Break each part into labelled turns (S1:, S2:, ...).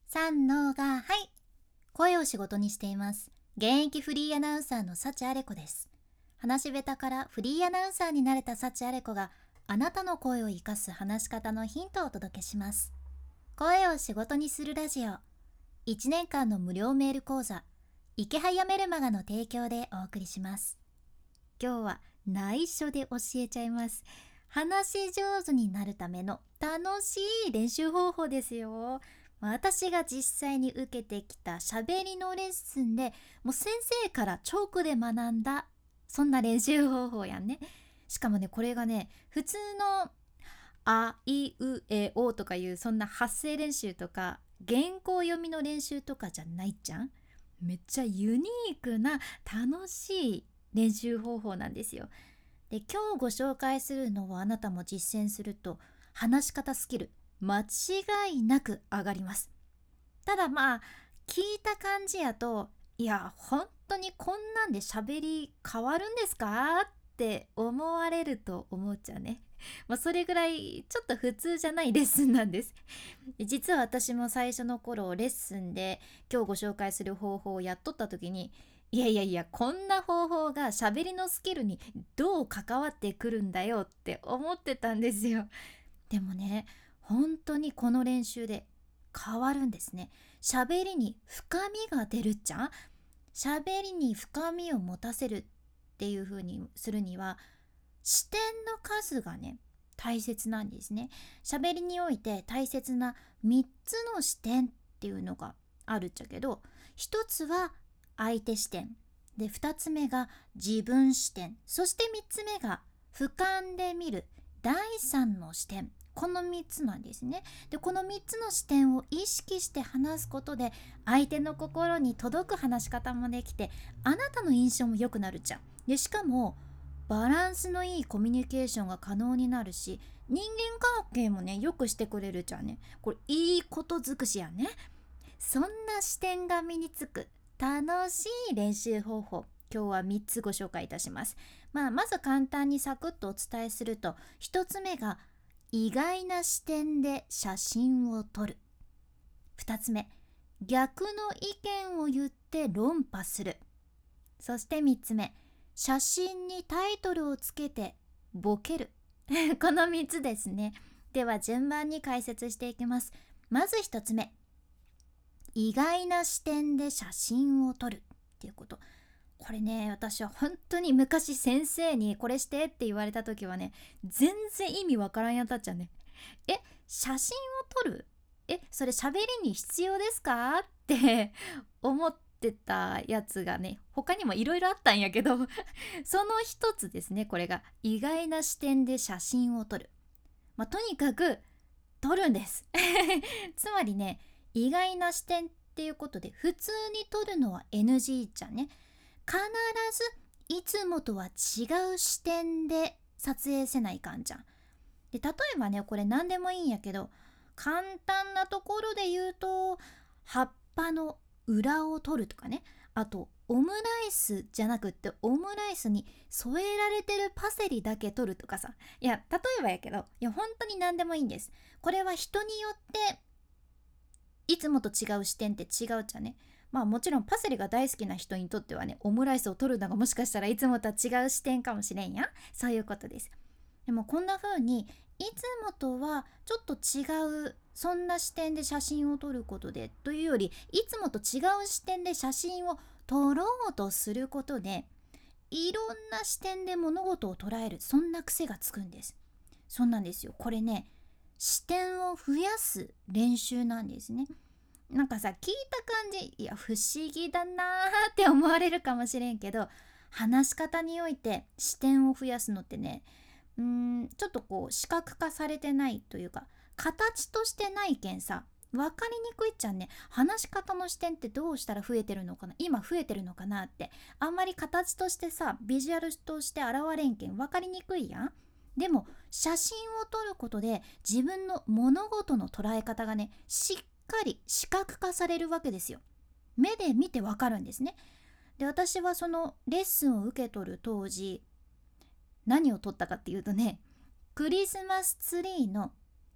S1: 三のがはい。声を仕事にしています。現役フリーアナウンサーの幸あれ子です。話し下手からフリーアナウンサーになれた幸あれ子があなたの声を生かす話し方のヒントをお届けします。声を仕事にするラジオ。1年間の無料メール講座、池早メルマガの提供でお送りします。今日は内緒で教えちゃいます。話し上手になるための楽しい練習方法ですよ。私が実際に受けてきた喋りのレッスンでもう先生から直で学んだそんな練習方法やんね。しかもね、これがね、普通のあいうえおとかいうそんな発声練習とか原稿読みの練習とかじゃないじゃん。めっちゃユニークな楽しい練習方法なんですよ。で、今日ご紹介するのはあなたも実践すると話し方スキル間違いなく上がります。ただ聞いた感じやと、いや本当にこんなんで喋り変わるんですかって思われると思っちゃうね。それぐらいちょっと普通じゃないレッスンなんです。実は私も最初の頃レッスンで今日ご紹介する方法をやっとった時に、いやいやいや、こんな方法が喋りのスキルにどう関わってくるんだよって思ってたんですよ。でもね、本当にこの練習で変わるんですね。喋りに深みが出るじゃん。喋りに深みを持たせるっていう風にするには視点の数がね、大切なんですね。喋りにおいて大切な3つの視点っていうのがあるっちゃけど、1つは相手視点で、2つ目が自分視点、そして3つ目が俯瞰で見る第3の視点。この3つなんですね。で、この3つの視点を意識して話すことで相手の心に届く話し方もできて、あなたの印象も良くなるじゃん。で、しかもバランスのいいコミュニケーションが可能になるし、人間関係もね、良くしてくれるじゃんね。これいいこと尽くしやね。そんな視点が身につく楽しい練習方法、今日は3つご紹介いたします。まず簡単にサクッとお伝えすると、1つ目が意外な視点で写真を撮る。2つ目、逆の意見を言って論破する。そして3つ目、写真にタイトルをつけてボケる。この3つですね。では順番に解説していきます。まず1つ目、意外な視点で写真を撮るっていうこと。これね、私は本当に昔先生にこれしてって言われた時はね、全然意味わからんやったっちゃね。写真を撮る、それ喋りに必要ですかって思ってたやつがね、他にもいろいろあったんやけどその一つですね。これが意外な視点で写真を撮る。とにかく撮るんですつまりね、意外な視点っていうことで普通に撮るのは NG じゃんね。必ずいつもとは違う視点で撮影せないかんじゃん。で、例えばね、これ何でもいいんやけど、簡単なところで言うと葉っぱの裏を取るとかね。あとオムライスじゃなくってオムライスに添えられてるパセリだけ取るとかさ。いや、例えばやけど、いや本当に何でもいいんです。これは人によっていつもと違う視点って違うじゃね。もちろんパセリが大好きな人にとってはね、オムライスを取るのがもしかしたらいつもとは違う視点かもしれんや。そういうことです。でもこんな風にいつもとはちょっと違うそんな視点で写真を撮ることで、というよりいつもと違う視点で写真を撮ろうとすることで、いろんな視点で物事を捉える、そんな癖がつくんです。そうなんですよ。これね、視点を増やす練習なんですね。なんかさ、聞いた感じ、いや不思議だなーって思われるかもしれんけど、話し方において視点を増やすのってね、ちょっとこう視覚化されてないというか、形としてないけんさ、分かりにくいっちゃんね。話し方の視点ってどうしたら増えてるのかな、今増えてるのかなって、あんまり形としてさ、ビジュアルとして現れんけん分かりにくいやん。でも写真を撮ることで自分の物事の捉え方がね、しっかり視覚化されるわけですよ。目で見てわかるんですね。で、私はそのレッスンを受け取る当時、何を撮ったかっていうとね、クリスマスツリーの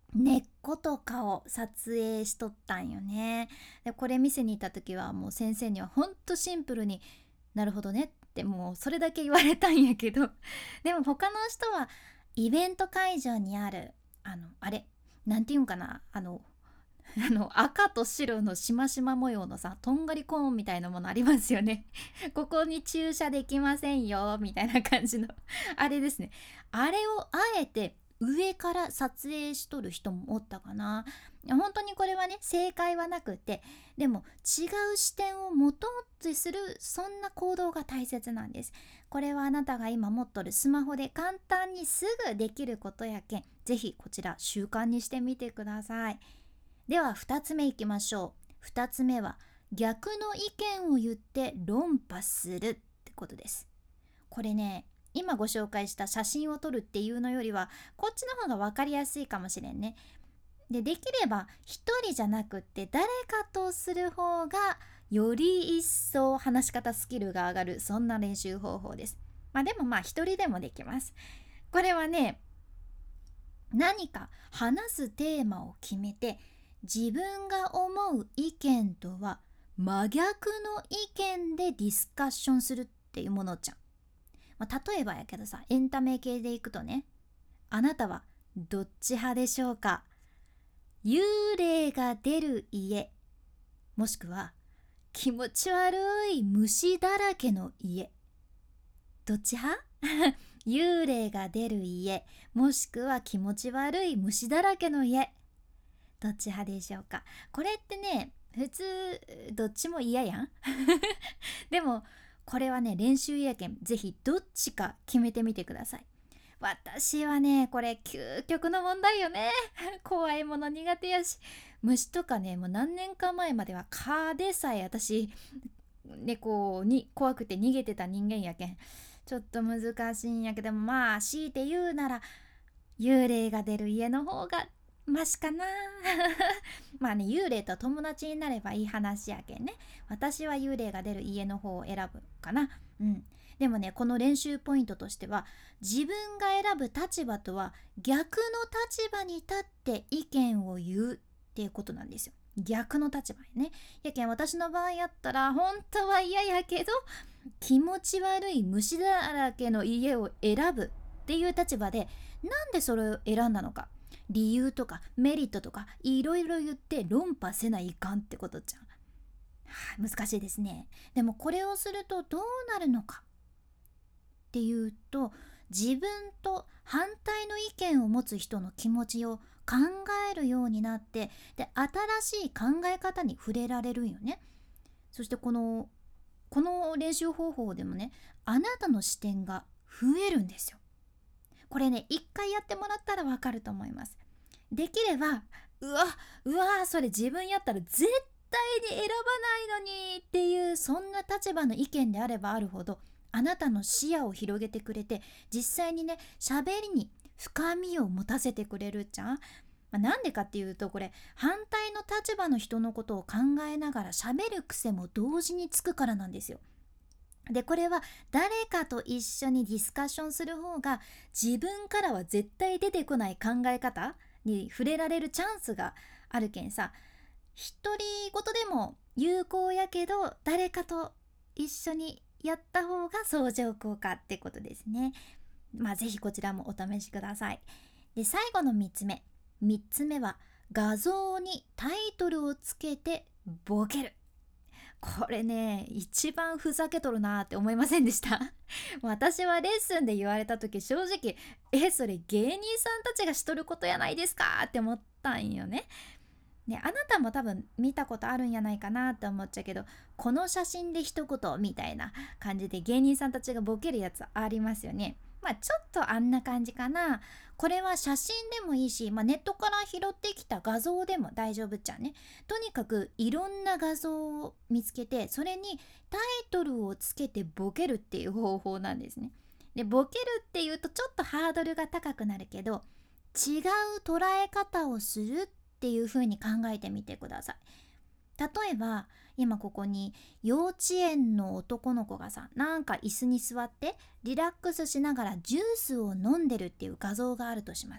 S1: 根っことかを撮影しとったんよね。でこれ見せに行った時はもう先生にはほんとシンプルになるほどねってもうそれだけ言われたんやけどでも他の人はイベント会場にあるあれなんていうんかな赤と白のしましま模様のさとんがりコーンみたいなものありますよねここに駐車できませんよみたいな感じのあれですね。あれをあえて上から撮影しとる人もおったかな。本当にこれはね正解はなくて、でも違う視点を持とうとするそんな行動が大切なんです。これはあなたが今持っとるスマホで簡単にすぐできることやけん、ぜひこちら習慣にしてみてください。では2つ目いきましょう。2つ目は逆の意見を言って論破するってことです。これね、今ご紹介した写真を撮るっていうのよりはこっちの方が分かりやすいかもしれんね。できれば一人じゃなくって誰かとする方がより一層話し方スキルが上がる、そんな練習方法です。でも一人でもできます。これはね、何か話すテーマを決めて自分が思う意見とは真逆の意見でディスカッションするっていうものじゃん。例えばやけどさ、エンタメ系でいくとね、あなたはどっち派でしょうか？幽霊が出る家、もしくは気持ち悪い虫だらけの家。どっち派？幽霊が出る家、もしくは気持ち悪い虫だらけの家。どっち派でしょうか？これってね、普通どっちも嫌やんでもこれはね練習やけん、ぜひどっちか決めてみてください。私はねこれ究極の問題よね怖いもの苦手やし、虫とかね、もう何年か前までは蚊でさえ私猫に怖くて逃げてた人間やけん、ちょっと難しいんやけども、強いて言うなら幽霊が出る家の方がマシかな幽霊と友達になればいい話やけんね、私は幽霊が出る家の方を選ぶかな。でもね、この練習ポイントとしては、自分が選ぶ立場とは逆の立場に立って意見を言うっていうことなんですよ。逆の立場にね。やけん私の場合やったら本当は嫌やけど気持ち悪い虫だらけの家を選ぶっていう立場で、なんでそれを選んだのか、理由とかメリットとかいろいろ言って論破せないかんってことじゃん。難しいですね。でもこれをするとどうなるのかっていうと、自分と反対の意見を持つ人の気持ちを考えるようになって、で新しい考え方に触れられるんよね。そしてこの練習方法でもね、あなたの視点が増えるんですよ。これね、一回やってもらったらわかると思います。できればうわそれ自分やったら絶対に選ばないのにっていう、そんな立場の意見であればあるほど、あなたの視野を広げてくれて、実際にね喋りに深みを持たせてくれるじゃん。なんでかっていうと、これ反対の立場の人のことを考えながら喋る癖も同時につくからなんですよ。でこれは誰かと一緒にディスカッションする方が、自分からは絶対出てこない考え方に触れられるチャンスがあるけんさ、独り言でも有効やけど誰かと一緒にやった方が相乗効果ってことですね。ぜひこちらもお試しください。で最後の3つ目は画像にタイトルをつけてボケる。これね一番ふざけとるなって思いませんでした私はレッスンで言われた時、正直それ芸人さんたちがしとることやないですかって思ったんよね。あなたも多分見たことあるんやないかなって思っちゃうけど、この写真で一言みたいな感じで芸人さんたちがボケるやつありますよね。ちょっとあんな感じかな。これは写真でもいいし、ネットから拾ってきた画像でも大丈夫っちゃね。とにかくいろんな画像を見つけて、それにタイトルをつけてボケるっていう方法なんですね。でボケるっていうとちょっとハードルが高くなるけど、違う捉え方をするっていう風に考えてみてください。例えば今ここに幼稚園の男の子がさ、なんか椅子に座ってリラックスしながらジュースを飲んでるっていう画像があるとします。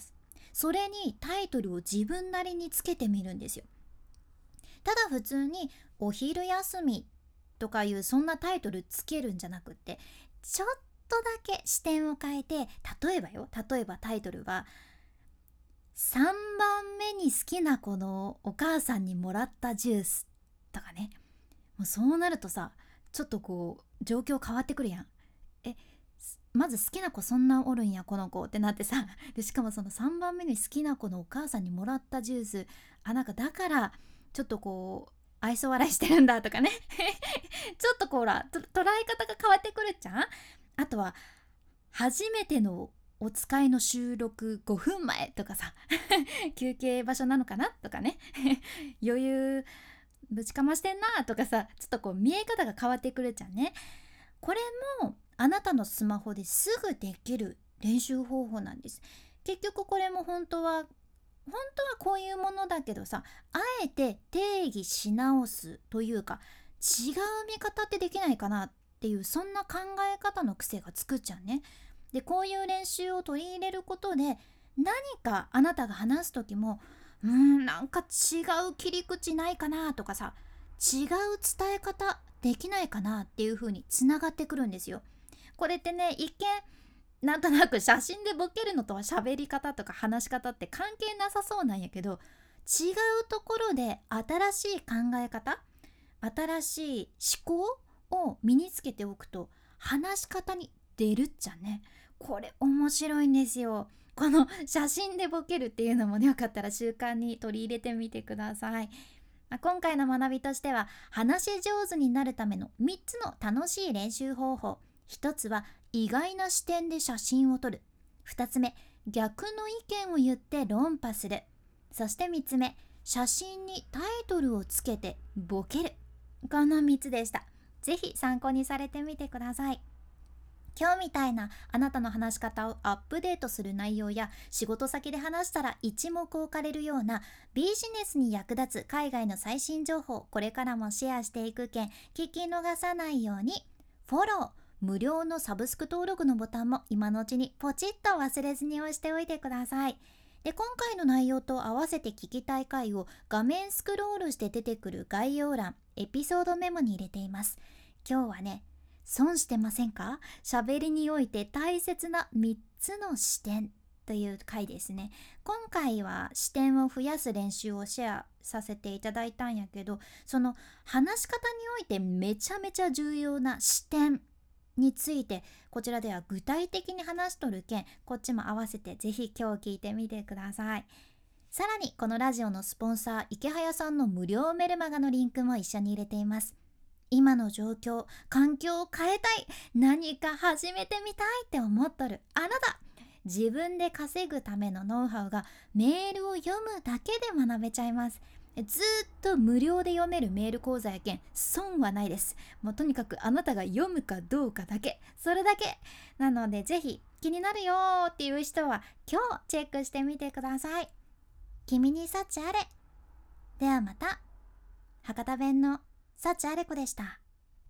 S1: それにタイトルを自分なりにつけてみるんですよ。ただ普通にお昼休みとかいうそんなタイトルつけるんじゃなくって、ちょっとだけ視点を変えて、例えばタイトルは3番目に好きな子のお母さんにもらったジュースとかね。もうそうなるとさ、ちょっとこう状況変わってくるやん。まず好きな子そんなおるんやこの子ってなってさ、でしかもその3番目に好きな子のお母さんにもらったジュース、なんかだからちょっとこう愛想笑いしてるんだとかねちょっとこう捉え方が変わってくるじゃん。あとは初めてのお使いの収録5分前とかさ休憩場所なのかなとかね余裕ぶちかましてんなとかさ、ちょっとこう見え方が変わってくるじゃんね。これもあなたのスマホですぐできる練習方法なんです。結局これも本当はこういうものだけどさ、あえて定義し直すというか、違う見方ってできないかなっていう、そんな考え方の癖がつくっちゃうね。でこういう練習を取り入れることで、何かあなたが話す時もなんか違う切り口ないかなとかさ、違う伝え方できないかなっていう風につながってくるんですよ。これってね、一見なんとなく写真でボケるのとは喋り方とか話し方って関係なさそうなんやけど、違うところで新しい考え方、新しい思考を身につけておくと話し方に出るっちゃね。これ面白いんですよ。この写真でボケるっていうのもね、よかったら習慣に取り入れてみてください。今回の学びとしては、話し上手になるための3つの楽しい練習方法。1つは意外な視点で写真を撮る。2つ目、逆の意見を言って論破する。そして3つ目、写真にタイトルをつけてボケる。この3つでした。ぜひ参考にされてみてください。今日みたいなあなたの話し方をアップデートする内容や、仕事先で話したら一目置かれるようなビジネスに役立つ海外の最新情報、これからもシェアしていくけん、聞き逃さないようにフォロー、無料のサブスク登録のボタンも今のうちにポチッと忘れずに押しておいてください。で今回の内容と合わせて聞きたい回を画面スクロールして出てくる概要欄、エピソードメモに入れています。今日はね、損してませんか？喋りにおいて大切な3つの視点という回ですね。今回は視点を増やす練習をシェアさせていただいたんやけど、その話し方においてめちゃめちゃ重要な視点について、こちらでは具体的に話しとるけん、こっちも合わせてぜひ今日聞いてみてください。さらにこのラジオのスポンサー池早さんの無料メルマガのリンクも一緒に入れています。今の状況、環境を変えたい、何か始めてみたいって思っとるあなた、自分で稼ぐためのノウハウがメールを読むだけで学べちゃいます。ずっと無料で読めるメール講座やけん損はないです。もうとにかくあなたが読むかどうかだけ、それだけなので、ぜひ気になるよっていう人は今日チェックしてみてください。君に幸あれ。ではまた。博多弁の幸あれ子でした。